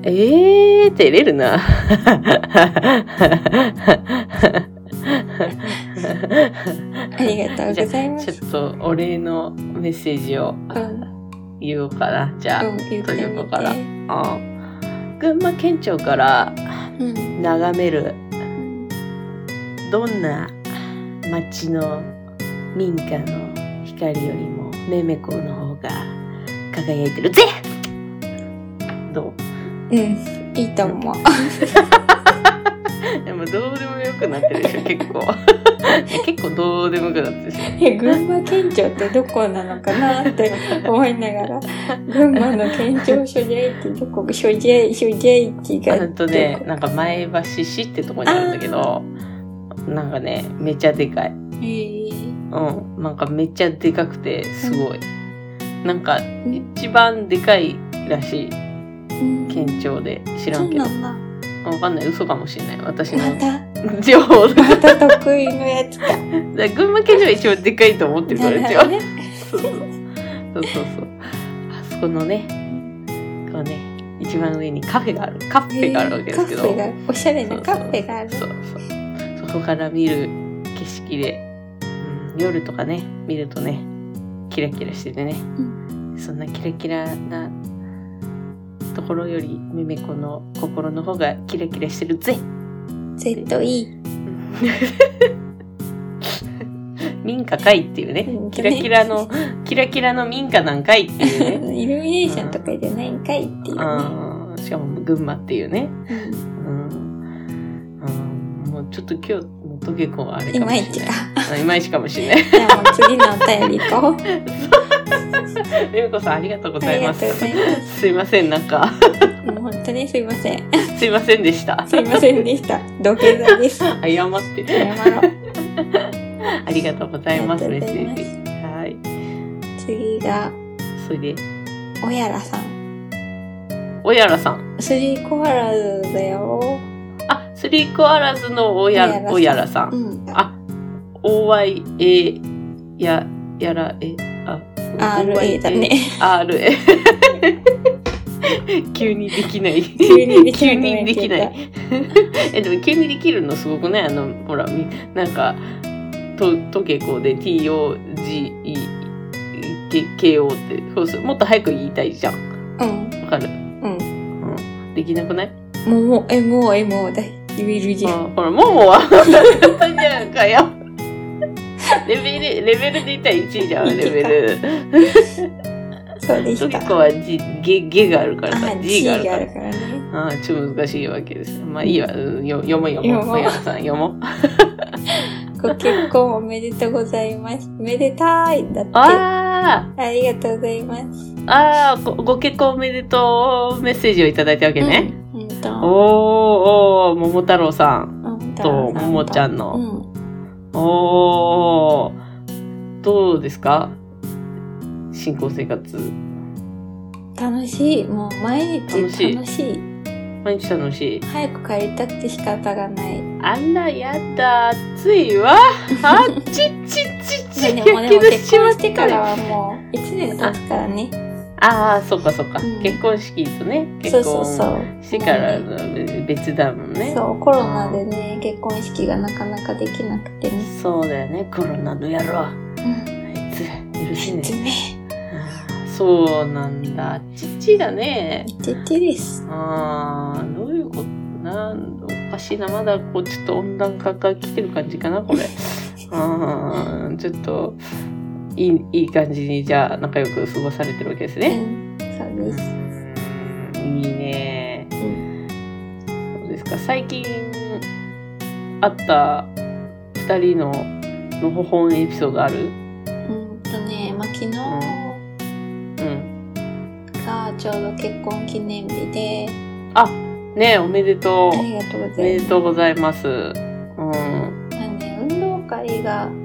照れるな。 ありがとうございます。 ちょっとお礼のメッセージを言おうかな。じゃあ、 言ってみて。 から群馬県庁から眺める、どんな町の民家の光よりもめめこの方が輝いてるぜ。どう？ いいと思う。 でもどうでもよくなってるでしょ、結構。結構どうでもよくなってるでしょ。 群馬県庁ってどこなのかなって思いながら、群馬の県庁所在地どこが所在地がね、なんか前橋市ってとこにあるんだけど、なんかね、めっちゃでかい。なんかめっちゃでかくてすごい。なんか一番でかいらしい。県庁で知らんけど。わかんない、嘘かもしれない。私の情報また得意のやつか。 群馬県庁が一番でかいと思ってるから一応。そう。あそこのね、こうね、一番上にカフェがあるわけですけど。 おしゃれなカフェがある。 そう。そこから見る景色で、夜とかね、見るとね、キラキラしててね。そんなキラキラなところよりめめこの心の方がキラキラしてるぜ。 といい。 民家かいっていうね。キラキラの民家なんかいっていうね。 イルミネーションとかじゃないんかいっていうね。 しかも群馬っていうね。もうちょっと今日のトゲコはあれかもしれない。いまいちかもしれない。 じゃあもう次のお便り行こう。 めめこさんありがとうございます。すいません、なんか。 もう本当にすいません。 すいませんでした。 すいませんでした。土下座です。 謝って。 謝ろう。 ありがとうございます。メッセージ。はい。 次が、 それで、 おやらさん。スリーコアラズだよ。 スリーコアラズのおやらさん。OYA やら RA だね。 RA。急にできない。 急にできない。 でも急にできるのすごくね。ほら、なんか、トゲコで TOGEKO って、もっと早く言いたいじゃん。わかる？できなくない？ もうだ。言えるじゃん。 ほら、もは、じゃんかよ。レベルで言ったら1じゃん、レベル。 そうでした。 トゲコはゲがあるからさ、G があるからね。 ちょっと難しいわけです。まあいいわ、読もう。小山さん読もう。 ご結婚おめでとうございます。めでたいだって。ありがとうございます。 ご結婚おめでとうメッセージをいただいたわけね。桃太郎さんとももちゃんの。どうですか？新婚生活。 楽しい。もう毎日楽しい。 毎日楽しい。 早く帰りたくて仕方がない。 あら、やだ、暑いわ。 でも結婚してからはもう1年経つからね。 そっか。結婚式とね、結婚してから別だもんね。 そう、コロナでね、結婚式がなかなかできなくてね。 そうだよね、コロナの野郎。あいつ、許せねえ。そうなんだ。父だね。 父です。 どういうこと？おかしいな。まだちょっと温暖化が来てる感じかな、これ。ちょっといい感じにじゃあ仲良く過ごされてるわけですね。 そうです。 いいね。そうですか。最近あった2人のほほんエピソードある？ 昨日がちょうど結婚記念日で。 ねえ、おめでとう。 ありがとうございます。 おめでとうございます。 運動会があって。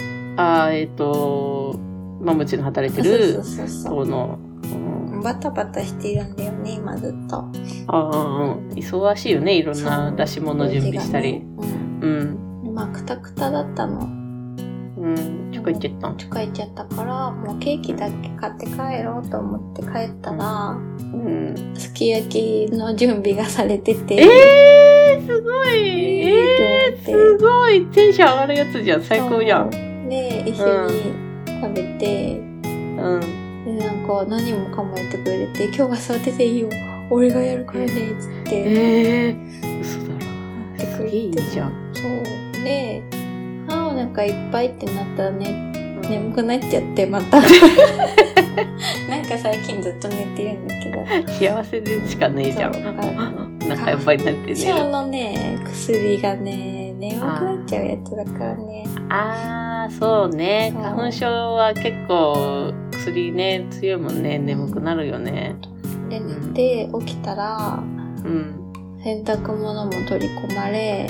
まもちの働いてる方の。 バタバタしてるんだよね、今ずっと。 忙しいよね、いろんな出し物準備したり。 まあ、くたくただったの。 ちょ帰っちゃったん？ 帰っちゃったから、もうケーキだけ買って帰ろうと思って帰ったら、すき焼きの準備がされてて。 すごいすごいテンション上がるやつじゃん。最高じゃん。 で、一緒に食べて、で、なんか何もかもやってくれて、今日は座ってていいよ。俺がやるからね、つって。 嘘だろ。 ってくれて。いいじゃん。そう。で、お腹いっぱいってなったらね、眠くなっちゃって、また。なんか最近ずっと寝てるんだけど。 幸せでしかねえじゃん。なんかいっぱいになってね。 今日のね、薬がね、眠くなっちゃうやつだからね。 そうね。花粉症は結構薬ね、強いもんね。眠くなるよね。 で、寝て起きたら、洗濯物も取り込まれ、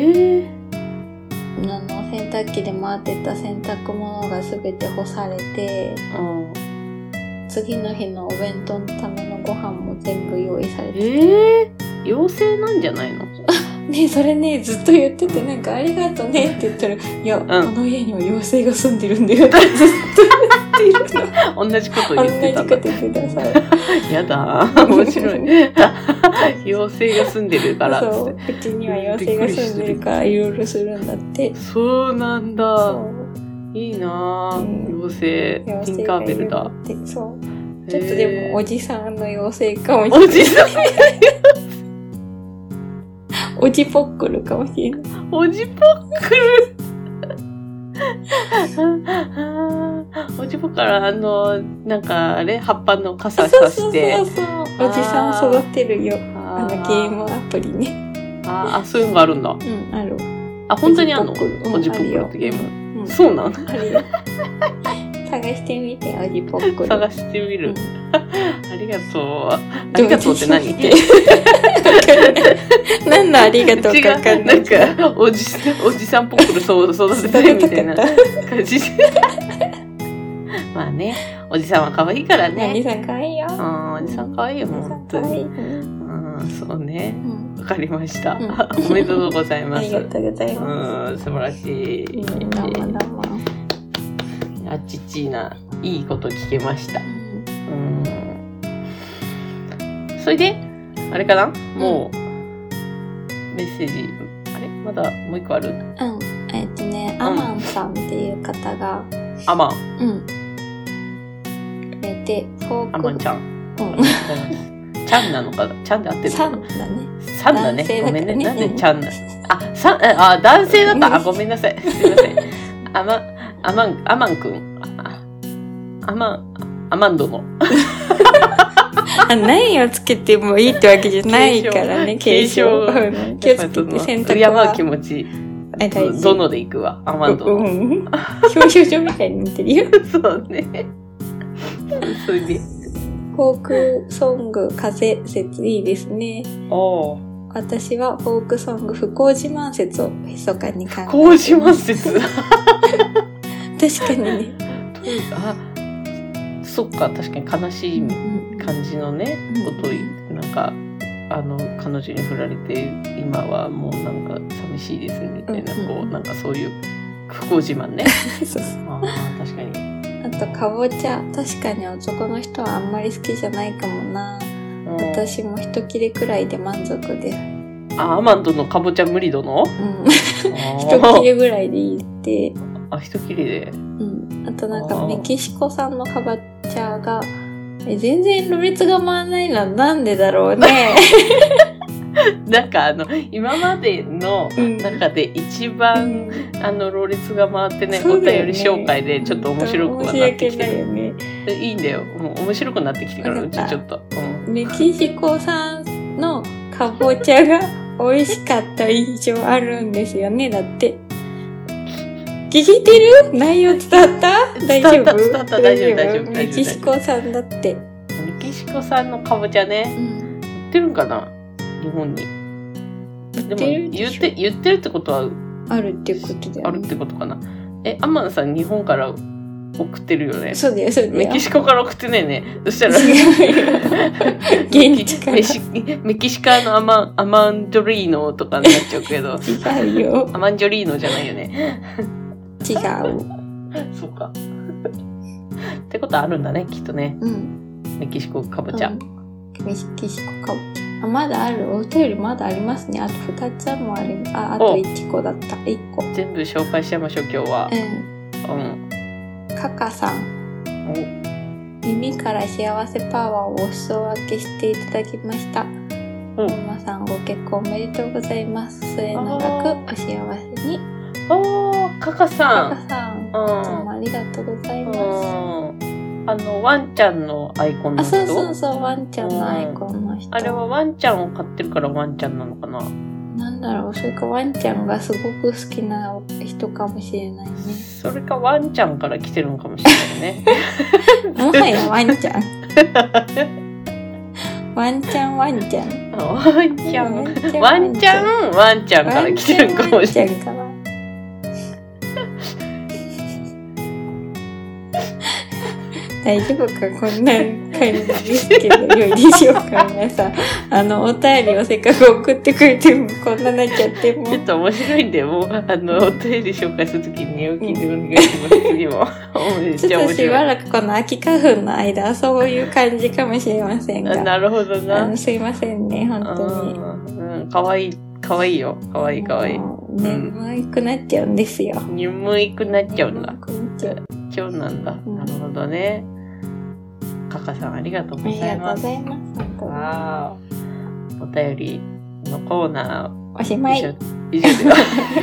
洗濯機で回ってた洗濯物がすべて干されて、次の日のお弁当のためのご飯も全部用意されて。 妖精なんじゃないの？ ね、それね、ずっと言ってて、なんかありがとうねって言ったら、いや、この家には妖精が住んでるんだよってずっと言ってるの。 同じこと言ってたんだ。 同じこと言ってください。 やだ、面白い。妖精が住んでるからって。 そう、うちには妖精が住んでるからいろいろするんだって。 そうなんだ。いいなぁ、妖精。ティンカーベルだ。 そう。ちょっとでもおじさんの妖精かもしれない。 おじさんおじぽっくるかもしれない。 おじぽっくるおじぽからなんかあれ葉っぱの傘さして。 そう。おじさん育てるよ。ゲームアプリね。 そういうのがあるんだ。 ある。 本当にあるの？おじぽっくるってゲーム。そうなの？ あるよ。探してみて、おじぽっくる。 探してみる。ありがとう。ありがとうって何？ 何のありがとうかわかんない。 なんかおじさんぽっくる育てたいみたいな感じ。まあね、おじさんは可愛いからね。 おじさん可愛いよ。 おじさん可愛いよ、本当に。そうね。わかりました。おめでとうございます。 ありがとうございます。 素晴らしい。あちちないいこと聞けました。それで、あれかな？もう、メッセージ、あれまだもう一個ある？ アマンさんっていう方が、 アマン。くれて、 アマンちゃん。ちゃんなのかな？ちゃんで合ってるのかな？さんだね。ごめんね。なんでちゃんなの？男性だった。ごめんなさい。すいません。アマンくん。アマンドの。 何をつけてもいいってわけじゃないからね、継承。気をつけて選択は。 気持ち。どので行くわ、アマンドの。 表彰状みたいに似てるよ。 そうね。それで。 フォークソング風説いいですね。私はフォークソング不幸自慢説を密かに考えてます。不幸自慢説確かにね。 そっか、確かに悲しい感じのね、ことを、なんか、彼女に振られて、今はもうなんか寂しいですみたいな、なんかそういう不幸自慢ね。 そう確かに。 あと、かぼちゃ。確かに男の人はあんまり好きじゃないかもな。私も一切れくらいで満足です。 アマンドのかぼちゃ無理殿？ 一切れぐらいでいいって。 一切れで。 あとなんかメキシコ産のかぼちゃが、全然ろれつが回らないのはなんでだろうね。 なんか今までの中で一番、ろれつが回ってね、お便り紹介でちょっと面白くはなってきてる。ね、いいんだよ。もう面白くなってきてからうちちょっと。 メキシコ産のかぼちゃが美味しかった印象あるんですよね、だって。聞いてる？内容伝わった？大丈夫？ 伝わった、大丈夫。 メキシコ産だって。 メキシコ産のかぼちゃね。売ってるんかな？日本に。でも言ってるってことはあるっていうことだよね。 あるってことかな。アマンさん日本から送ってるよね。 そうだよ。 メキシコから送ってねえね。そしたら現地からメキシカのアマンジョリーノとかになっちゃうけど。 違うよ。 アマンジョリーノじゃないよね。 違う。 そうか。ってことあるんだね、きっとね。 うん。 メキシコかぼちゃ。 メキシコかぼちゃ。まだある。お便りまだありますね。あと2つもあります。あと1個だった。1個。 全部紹介しちゃいましょう、今日は。 カカさん。耳から幸せパワーをお裾分けしていただきました。ママさんご結婚おめでとうございます。末永くお幸せに。 カカさん。 カカさん。いつもありがとうございます。 ワンちゃんのアイコンの人。 そう、ワンちゃんのアイコンの人。 あれはワンちゃんを飼ってるからワンちゃんなのかな。 なんだろう、それかワンちゃんがすごく好きな人かもしれないね。 それかワンちゃんから来てるのかもしれないね。 もはやワンちゃん。ワンちゃん。ワンちゃんから来てるかもしれない。大丈夫か、こんな感じですけど、よいでしょうか、皆さん。お便りをせっかく送ってくれても、こんななっちゃっても。 ちょっと面白いんで、もう、お便り紹介するときに寝起きでお願いします。次も。 ちょっとしばらくこの秋花粉の間はそういう感じかもしれませんが。 なるほどな。 すいませんね、本当に。 かわいいよ。かわいい。 眠くなっちゃうんですよ。 眠くなっちゃうんだ。今日なんだ。なるほどね。カカさんありがとうございます。 ありがとうございます。 お便りのコーナーおしまい。 以上で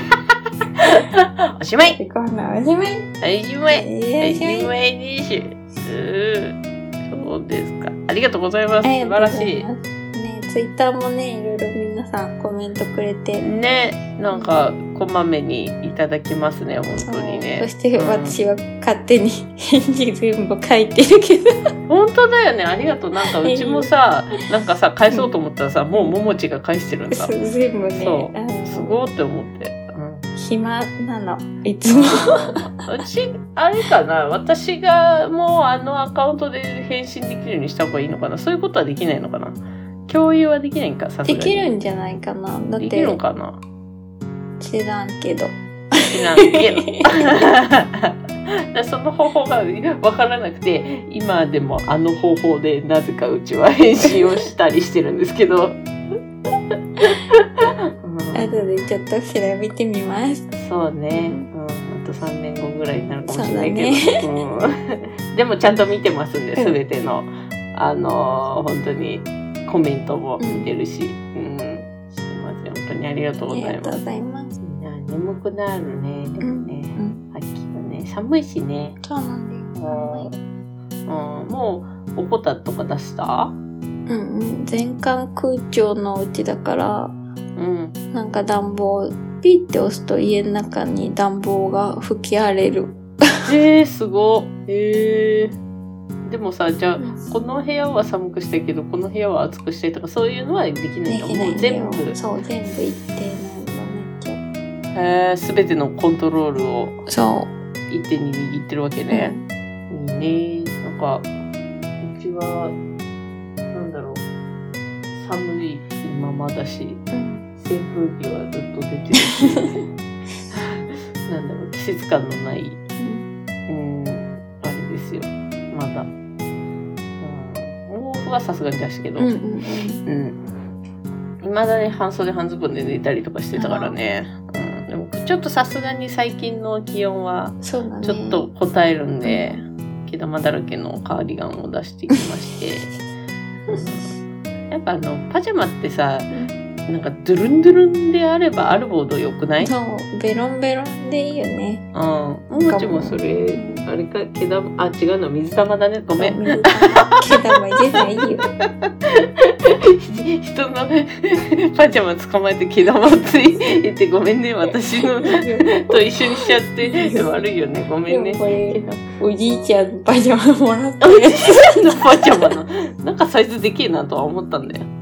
おしまい。 コーナーおしまい。 おしまいです。そうですか。ありがとうございます。素晴らしい。 ツイッターもね、いろいろ皆さんコメントくれてね、なんかこまめにいただきますね、本当にね。 そして私は勝手に返事全部書いてるけど本当だよね、ありがとう。なんかうちもさ、なんかさ返そうと思ったらさ、もうももちが返してるんだ。 全部ね、 そうすごーって思って、 暇なのいつもうちあれかな、私がもうアカウントで返信できるようにした方がいいのかな。そういうことはできないのかな。共有はできないんか、さすがに。 できるんじゃないかな。だってできるのかな。 知らんけど。 その方法がわからなくて、今でも方法でなぜかうちは返信をしたりしてるんですけど。後でちょっと調べてみます。 そうね。あと3年後ぐらいになるかもしれないけど。でもちゃんと見てますんで、すべての本当に。コメントも見てるし、してますよ。本当にありがとうございます。 ありがとうございます。 眠くなるね。でもね、秋はね、寒いしね。 そうなんだよ。 もうおこたとか出した？ 全館空調のうちだから、なんか暖房ピッて押すと家の中に暖房が吹き荒れる。 すごい。でもさ、じゃあこの部屋は寒くしたいけどこの部屋は暑くしたいとかそういうのはできないの？もう全部。 そう、全部一定なんだね。 すべてのコントロールを一手に握ってるわけね。いいね。なんかうちはなんだろう、寒いままだし、扇風機はずっと出てるし、なんだろう、季節感のない、あれですよ。まだ。毛布はさすがに出したけど、未だに半袖半ズボンで寝たりとかしてたからね。でもちょっとさすがに最近の気温はちょっと答えるんで、毛玉だらけのカーディガンを出してきまして、やっぱパジャマってさ、なんかドゥルンドゥルンであればあるほど良くない？ そう、ベロンベロンでいいよね。 ももちもそれあれか、毛玉、違うの、水玉だね。ごめん。 毛玉入れないよ。 人のパジャマ捕まえて毛玉ついてごめんね。私のと一緒にしちゃって悪いよね。ごめんね。 これおじいちゃんのパジャマもらったやつ。 おじいちゃんのパジャマのなんかサイズでけえなとは思ったんだよ。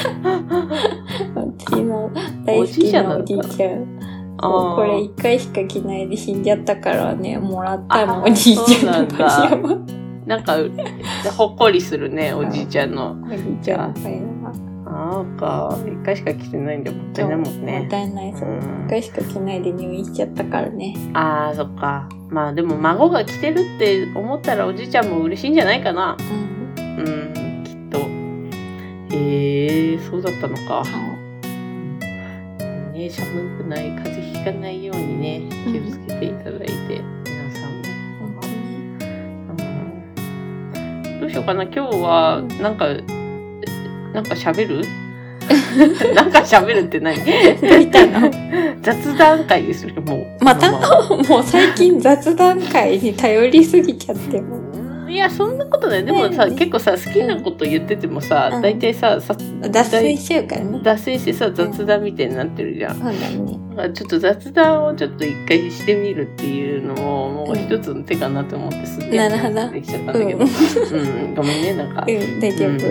私の大好きなおじいちゃん。これ1回しか着ないで死んじゃったからね、もらったのおじいちゃんのパジャマ。 なんかほっこりするね、おじいちゃんの。 おじいちゃんのパジャマ。 なんか1回しか着てないんでもったいないもんね。 もったいない。そう、1回しか着ないで入院しちゃったからね。 ああ、そっか。まあでも孫が着てるって思ったらおじいちゃんも嬉しいんじゃないかな。きっと。そうだったのか。ね、寒くない、風邪ひかないようにね、気をつけていただいて、皆さんも。どうしようかな、今日は、なんか喋るなんか喋るって何みたいな。 雑談会ですよ、もう。 またもう最近雑談会に頼りすぎちゃっても。 いや、そんなことない。でもさ、結構さ、好きなこと言っててもさ、大体さ、 脱線しちゃうからね。 脱線してさ、雑談みたいになってるじゃん。 そうだね。 だからちょっと雑談をちょっと一回してみるっていうのも、もう一つの手かなと思って、すっげえできちゃったんだけど。ごめんね、なんか。 大丈夫。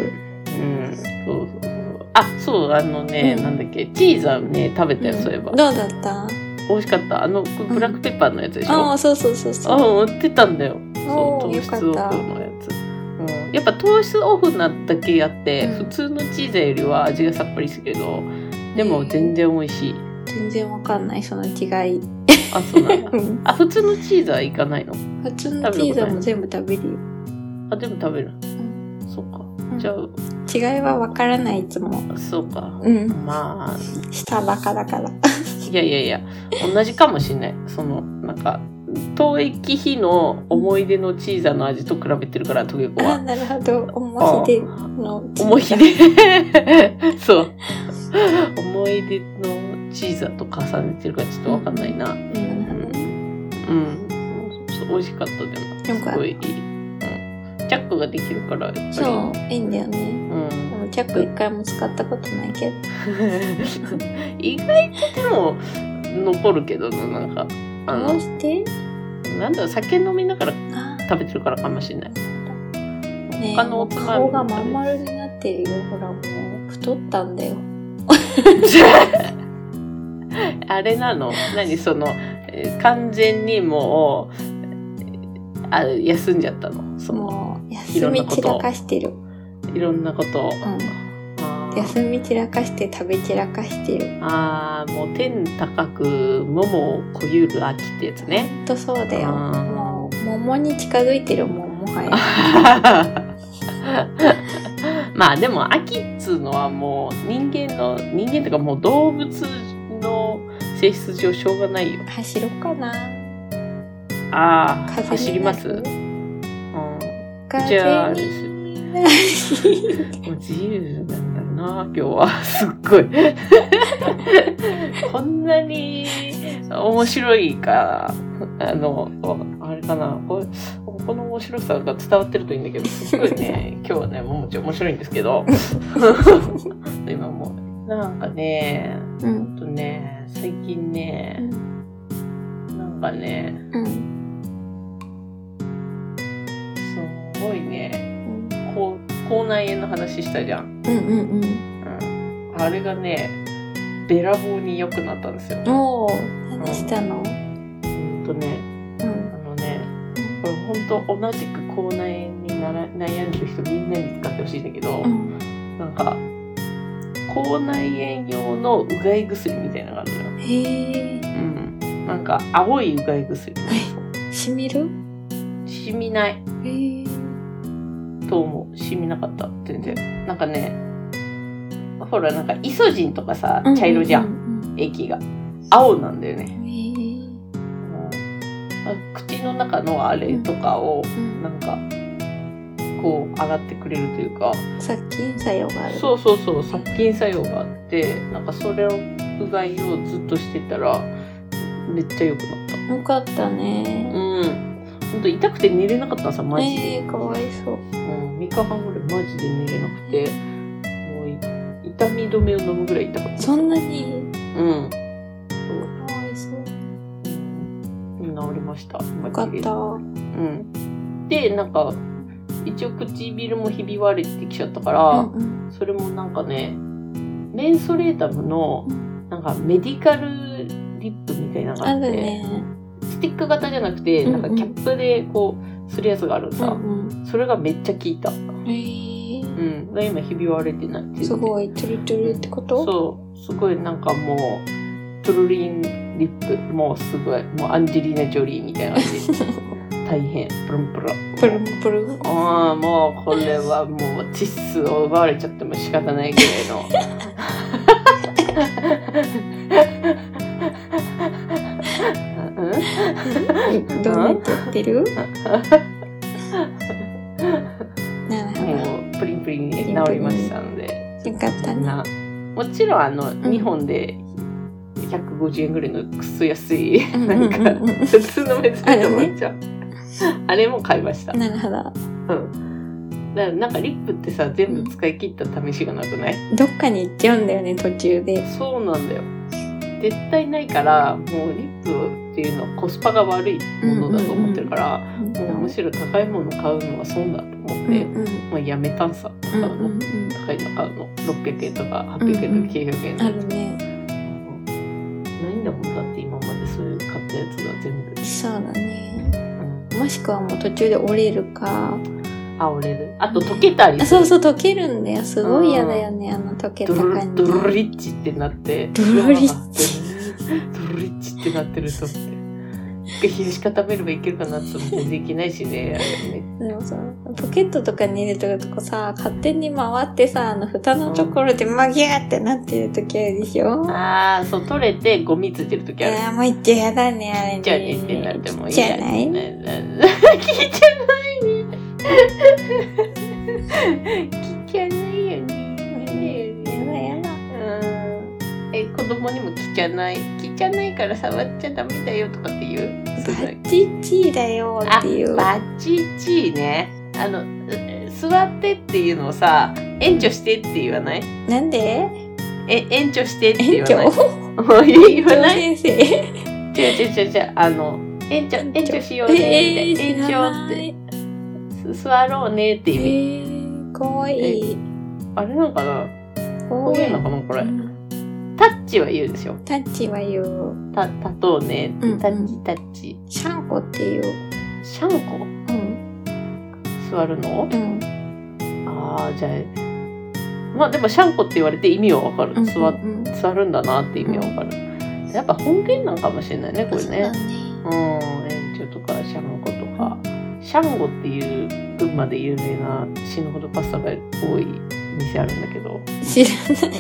そう、なんだっけ、チーズはね、食べたよ、そういえば。 どうだった？ 美味しかった。ブラックペッパーのやつでしょ？ ああ、そう。 売ってたんだよ。そう、糖質オフのやつ。やっぱ糖質オフなだけあって、普通のチーズよりは味がさっぱりするけど、でも全然美味しい。 全然わかんない、その違い。 あ、そうなんだ。普通のチーズはいかないの？ 普通のチーズも全部食べるよ。 あ、全部食べる。そうか。じゃあ。 違いはわからない、いつも。 そうか。まあ。 下バカだから。 いや、同じかもしれない。なんか、当駅費の思い出のチーズの味と比べてるから、トゲコは。 なるほど。思い出のチーズ。 思い出そう。思い出のチーズと重ねてるからちょっとわかんないな。美味しかったでも。すごいいい。チャックができるからやっぱり。 そう、いいんだよね。でもチャック一回も使ったことないけど。 意外とでも残るけどな、なんか。 どうして？ なんだろう、酒飲みながら食べてるからかもしれない。 ね、他のおつまみ。顔がまん丸になってるよ。ほら、もう太ったんだよ。 あれなの？完全にもう休んじゃったの？ もう休み散らかしてる。 いろんなことを。 休み散らかして食べ散らかしてる。 もう天高く桃をこゆる秋ってやつね。 ほんとそうだよ。もう桃に近づいてるもん、もはや。まあでも秋っつうのはもう人間とかもう動物の性質上しょうがないよ。 走ろうかな。 走ります？ じゃああれです。 もう自由なんだろうな、今日は。すっごい。こんなに面白いか、あれかな、この面白さが伝わってるといいんだけど、すごいね、今日はね、もちろん面白いんですけど、今もう、なんかね、最近ね、なんかね、すごいね、口内炎の話したじゃん。あれがね、べらぼうに良くなったんですよ。 何したの？ これ本当同じく口内炎に悩んでる人みんなに使ってほしいんだけど、なんか口内炎用のうがい薬みたいなのがあるのよ。なんか青いうがい薬。 染みる？ 染みない。と思う。染みなかった。全然。なんかね、ほらなんかイソジンとかさ、茶色じゃん。液が。青なんだよね。口の中のあれとかを、なんか、こう、洗ってくれるというか。 殺菌作用がある。 そう、殺菌作用があって、なんかそれを、うがいをずっとしてたら、めっちゃ良くなった。 よかったね。 ほんと痛くて寝れなかったさ、マジで。 かわいそう。 3日間ぐらいマジで寝れなくて、もう痛み止めを飲むぐらい痛かった。 そんなに？ かわいそう。治りました。 よかった。 で、なんか、一応唇もひび割れてきちゃったから、それもなんかね、メンソレータムの、なんかメディカルリップみたいなのがあって、スティック型じゃなくて、なんかキャップでこう、するやつがあるさ、それがめっちゃ効いた。 が今ひび割れてなって、 すごいトゥルトゥルってこと？ そう、すごいなんかもうトゥルリンリップ、もうすごいもうアンジェリーナ・ジョリーみたいな感じ大変プルンプルプルンプルン。 ああ、もうこれはもうチッスを奪われちゃっても仕方ないぐらいのどうなっちゃってる？ もうプリンプリンに治りましたので、 よかったね。 もちろん日本で150円ぐらいのくそ安い、なんか普通のメズミと思っちゃう。あれも買いました。 なるほど。 だからなんかリップってさ、全部使い切った試しがなくない？ どっかに行っちゃうんだよね、途中で。 そうなんだよ。絶対ないから、もうリップっていうのはコスパが悪いものだと思ってるから、もうむしろ高いもの買うのは損だと思って、まあやめたんさ。高いの買うの。600円とか800円とか900円。 あるね。 ないんだもんだって今までそういう買ったやつが全部。 そうだね。もしくはもう途中で折れるか。 折れる。あと溶けたりする。そうそう、溶けるんだよ。すごい嫌だよね、溶けた感じ。 ドロリッチってなって。 ドロリッチってなってるとって。冷やし固めればいけるかなって全然できないしね、あれね。 でもさ、ポケットとかに入れとくとこさ、勝手に回ってさ、蓋のところでマギューってなってる時あるでしょ？ そう、取れてゴミついてる時ある。 もういっちゃやだね、あれね。 じゃあねってなってもいい。 じゃないね。 聞いちゃないね。聞きゃないよね。やだ。子供にも聞きゃないから触っちゃダメだよとかって言う？ バッチチだよっていう。 バッチチね。座ってっていうのをさ、延長してって言わない？ なんで？ 延長してって言わない？言わない？ 先生。 違う。延長しようね。延長って。座ろうねって意味。 かわいい。 あれなんかな？こういうのかなこれ。タッチは言うでしょ？ タッチは言う。 立とうね。タッチ。 シャンコっていう。 シャンコ？座るの？じゃあ。まあでもシャンコって言われて意味はわかる。座るんだなって意味はわかる。やっぱ方言なんかもしれないね、これね。延長とかシャンコとか。シャンゴっていう群馬で有名な死ぬほどパスタが多い店あるんだけど。 知らない。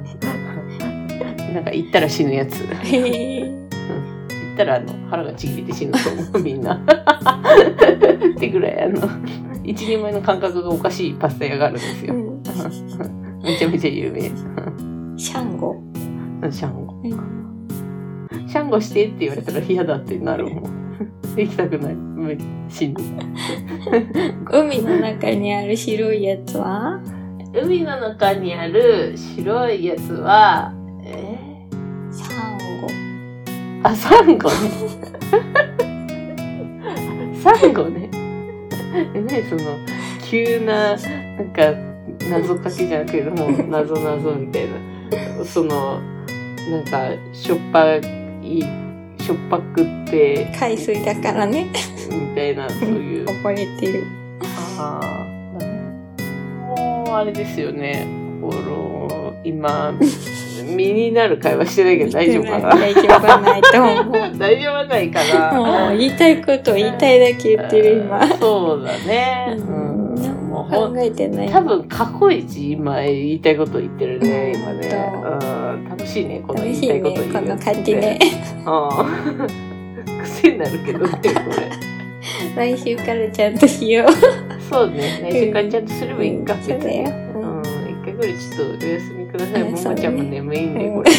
なんか行ったら死ぬやつ。行ったら腹がちぎれて死ぬと思うみんな。ってぐらい一人前の感覚がおかしいパスタ屋があるんですよ。めちゃめちゃ有名。 シャンゴ。 シャンゴ。シャンゴしてって言われたら嫌だってなるもん。行きたくない。死ぬ。 海の中にある白いやつは？ 海の中にある白いやつは、 サンゴ。 サンゴね。サンゴね。ね、その急ななんか謎かけじゃなくてもう謎みたいな。なんかしょっぱくって海水だからねみたいな、そういう溺れてる。 もうあれですよね。今身になる会話してないけど大丈夫かな？ 大丈夫はないと思う。 大丈夫はないかな。 もう言いたいこと言いたいだけ言ってる今。 そうだね。もう考えてない。 多分過去一今言いたいこと言ってるね、今ね。楽しいね、この言いたいこと言う。 この感じね。 癖になるけどね、これ。 来週からちゃんとしよう。 そうね、来週からちゃんとすればいいか。 そうだよ。 一回ぐらいちょっとお休みください。ももちゃんも眠いんで、これ。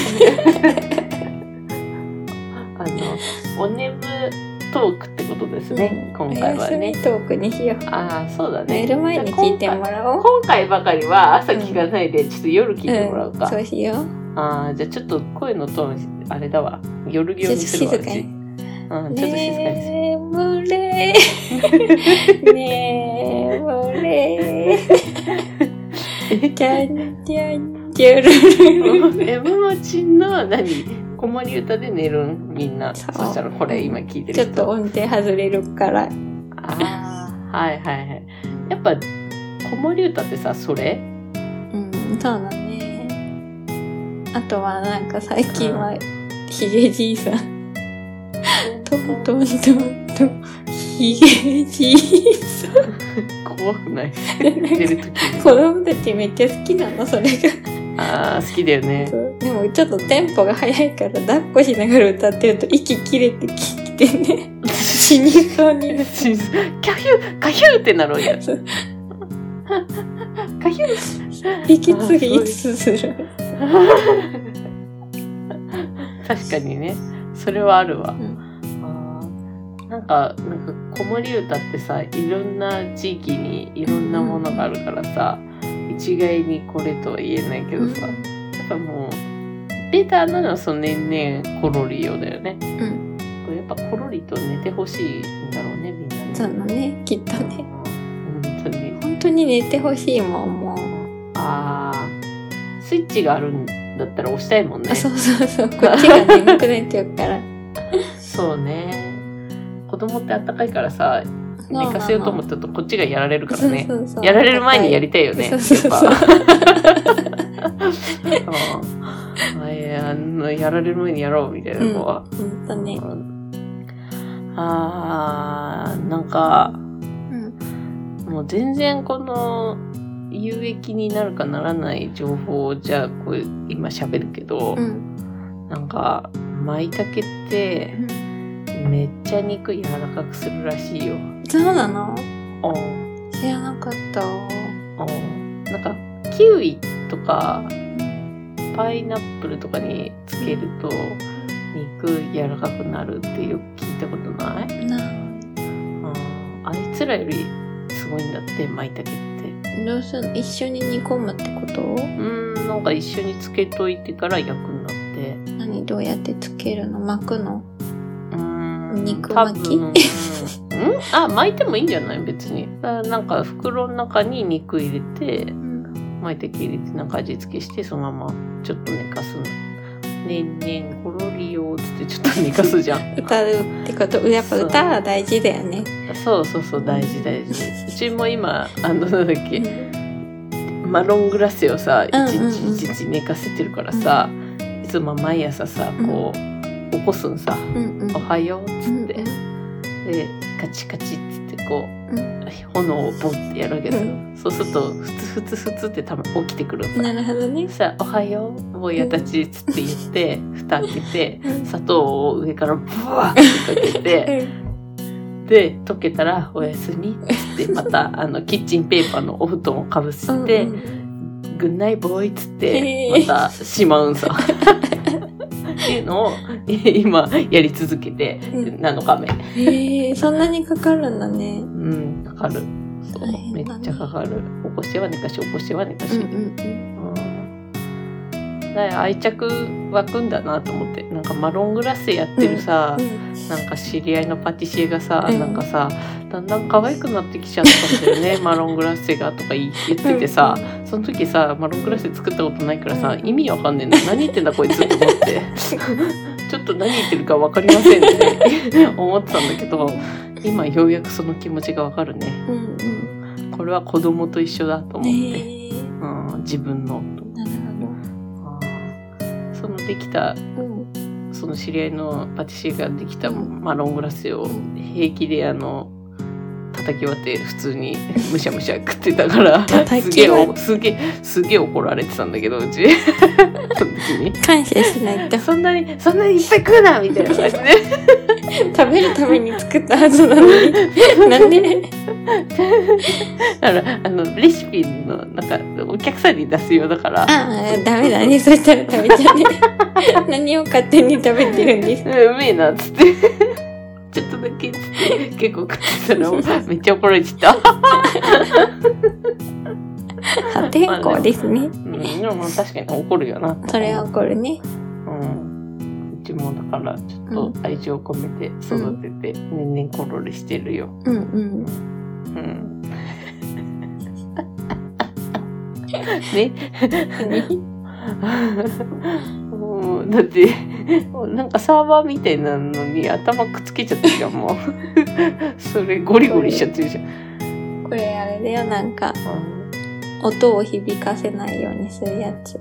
お眠トークってことですね、今回はね。 お休みトークにしよう。 そうだね。 寝る前に聞いてもらおう。 今回ばかりは朝聞かないで、ちょっと夜聞いてもらうか。 そうしよう。 じゃあちょっと声のトーン、あれだわ。夜業にするわ。 静かに。 ちょっと静かにする。 眠れ眠れじゃんじゃんじゃるる。 ももちの子守歌で寝るんみんな。そしたらこれ今聞いてる人。 ちょっと音程外れるから。 はい。やっぱ子子守歌ってさ、それ？ そうだね。あとはなんか最近は、ひげじいさん。トントントントン、ひげじいさん。 怖くない？寝るときに。 子供たちめっちゃ好きなの、それが。 好きだよね。 でもちょっとテンポが速いから抱っこしながら歌ってると息切れてきてね。死にそうになって。 キャヒューカヒューってなるやつ。カヒュー息継ぎいつする？ 確かにね、それはあるわ。なんか子守歌ってさ、いろんな地域にいろんなものがあるからさ、一概にこれとは言えないけどさ、やっぱもうベタなのはその年々コロリよだよね。これやっぱコロリと寝てほしいんだろうね、みんなね。 そうだね、きっとね。 本当に寝てほしいもん、もう。 スイッチがあるんだったら押したいもんね。 そうこっちが眠くなっちゃうから。 そうね。子供ってあったかいからさ、寝かせようと思ったとこっちがやられるからね。やられる前にやりたいよね。やっやられる前にやろうみたいなのは。 本当ね。 なんか、もう全然この有益になるかならない情報をじゃあこれ今喋るけど、なんか舞茸ってめっちゃ肉柔らかくするらしいよ。 そうなの？知らなかった。 なんかキウイとかパイナップルとかにつけると肉柔らかくなるってよく聞いたことない？あいつらよりすごいんだって舞茸って。 どうするの？一緒に煮込むってこと？ なんか一緒につけといてから焼くんだって。 どうやってつけるの？巻くの？肉巻き？ 巻いてもいいんじゃない？別に。なんか袋の中に肉入れて、舞茸入れてなんか味付けしてそのままちょっと寝かすの。ねんねんころりよーつってちょっと寝かすじゃん。 歌うってことやっぱ歌は大事だよね。 そう大事。うちも今なんだっけ、マロングラッセをさ一日寝かせてるからさ、いつも毎朝さこう起こすんさ、おはようっつって、でカチカチっつってこう、炎をボンってやるわけですよ。そうするとふつって多分起きてくるんさ。 なるほどね。 さあおはよう坊やたちっつって言って蓋開けて砂糖を上からブワーってかけてで溶けたらおやすみっつってまたキッチンペーパーのお布団をかぶせてグッナイボーイっつってまたしまうんさ。っていうのを今やり続けて7日目。 そんなにかかるんだね。 かかる。そうめっちゃかかる。起こしては寝かし起こしては寝かし。だから愛着湧くんだなと思って。なんかマロングラッセやってるさ、なんか知り合いのパティシエがさ、なんかさだんだん可愛くなってきちゃったんだよね。マロングラッセがとか言っててさ、その時さマロングラッセ作ったことないからさ、意味わかんねえんだ。何言ってんだこいつって思ってちょっと何言ってるかわかりませんって思ってたんだけど、今ようやくその気持ちがわかるね。これは子供と一緒だと思って、自分の。 なるほど。 そのできた、その知り合いのパティシエができたマロングラッセを平気で叩き割って普通にむしゃむしゃ食ってたからすげえ怒られてたんだけど、うちその時に感謝しないと。 そんなにいっぱい食うなみたいな感じで食べるために作ったはずなのになんでだからレシピのなんかお客さんに出すようだから。 ダメだね。そしたら食べちゃうね。何を勝手に食べてるんですか？ うめえなっつってちょっとだけっつって結構食ってたらめっちゃ怒られちゃった。 破天荒ですね。 でも確かに怒るよな。 それは怒るね。 うちもだからちょっと愛情込めて育てて年々コロリしてるよ。ね。だってなんかサーバーみたいなのに頭くっつけちゃってるじゃんもう。それゴリゴリしちゃってるじゃん。 これあれだよ、なんか音を響かせないようにするやつ。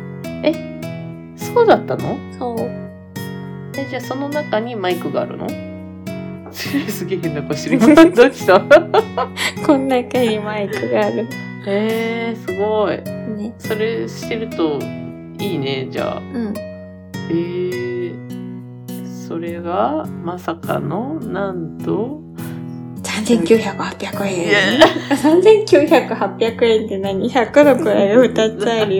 そうだったの？ そう。 じゃあその中にマイクがあるの？すげえ変な声してる。どうしたこの中にマイクがある。 すごい。 ね。 それしてるといいね、じゃあ。それがまさかのなんと 3900、800円。3900、800円って何？ 100 のくらいが2つあるよ。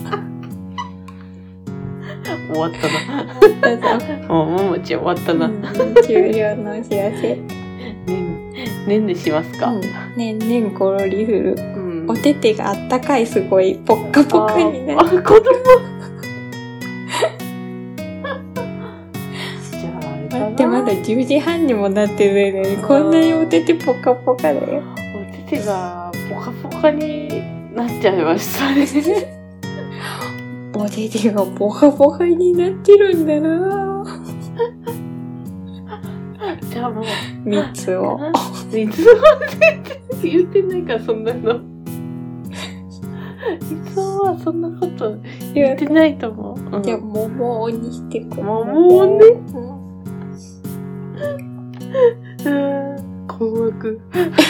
終わったな。ももち終わったな。 終了のお知らせ。 ねんねしますか？ ねんねんころりする。お手手があったかい、すごいポッカポカになる。 子供。じゃああれかな。 待って、まだ10時半にもなってないのに、こんなにお手手ポカポカだよ。 お手手がポカポカになっちゃいましたね。 お手手がポカポカになってるんだな。 じゃあもう 3つを言ってないから、そんなの。いつもはそんなこと言ってないと思う。 じゃあ桃にしてこう。 桃ね。困惑。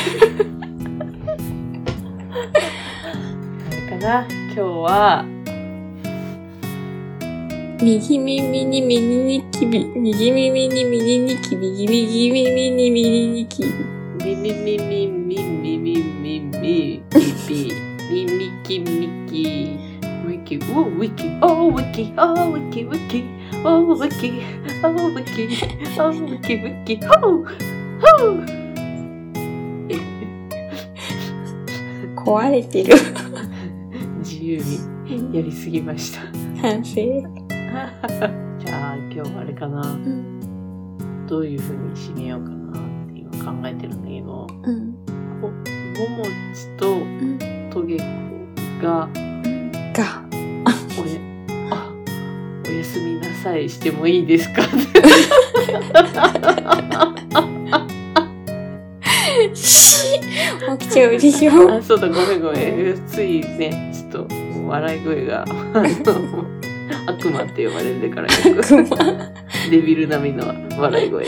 あれかな、今日は右耳に右にキビ、右耳に右にキビ、右耳に右にキビ。 ミミミミミミミミミピミミキミキウィキウィキオウィキオウィキウィキオウィキオウィキオウィキウィキホウホウ。 壊れてる。 自由にやりすぎました。 反省。 じゃあ今日はあれかな、どういう風に締めようかなって今考えてるんだけど、ももちとトゲコがおやすみなさいしてもいいですか？ 起きちゃうでしょ。 あ、そうだ、ごめん。ついね、ちょっと笑い声が悪魔って呼ばれるから、デビル並みの笑い声。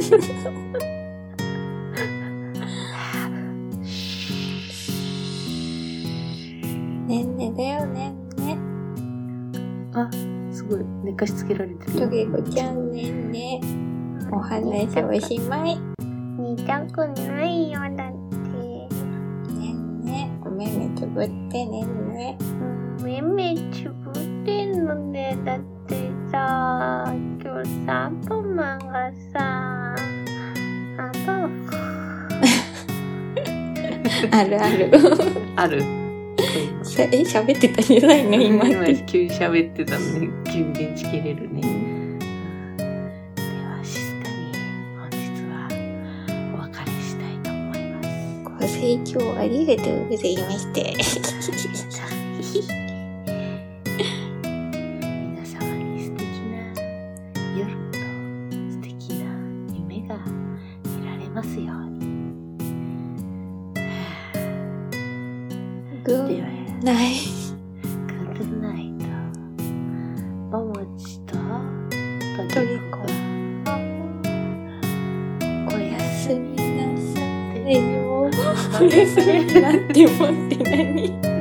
ねんねだよねんね。 あ、すごい寝かしつけられてる。 トゲコちゃんねんね。お話おしまい。 寝たくないよ、だって。 ねんね、お目目つぶってねんね。 目目つぶってんのね。だってさ、今日さ、アンパンマンがさ、 あるある。 ある。 喋ってたんじゃないの今って。 今急に喋ってたのね。急に電池切れるね。では静かに本日はお別れしたいと思います。 ご清聴ありがとうございました。 皆様に素敵な夜と素敵な夢が見られますように。 グッナイト。 ももちとトゲコ。おやすみなさいよ。おやすみなってもって何？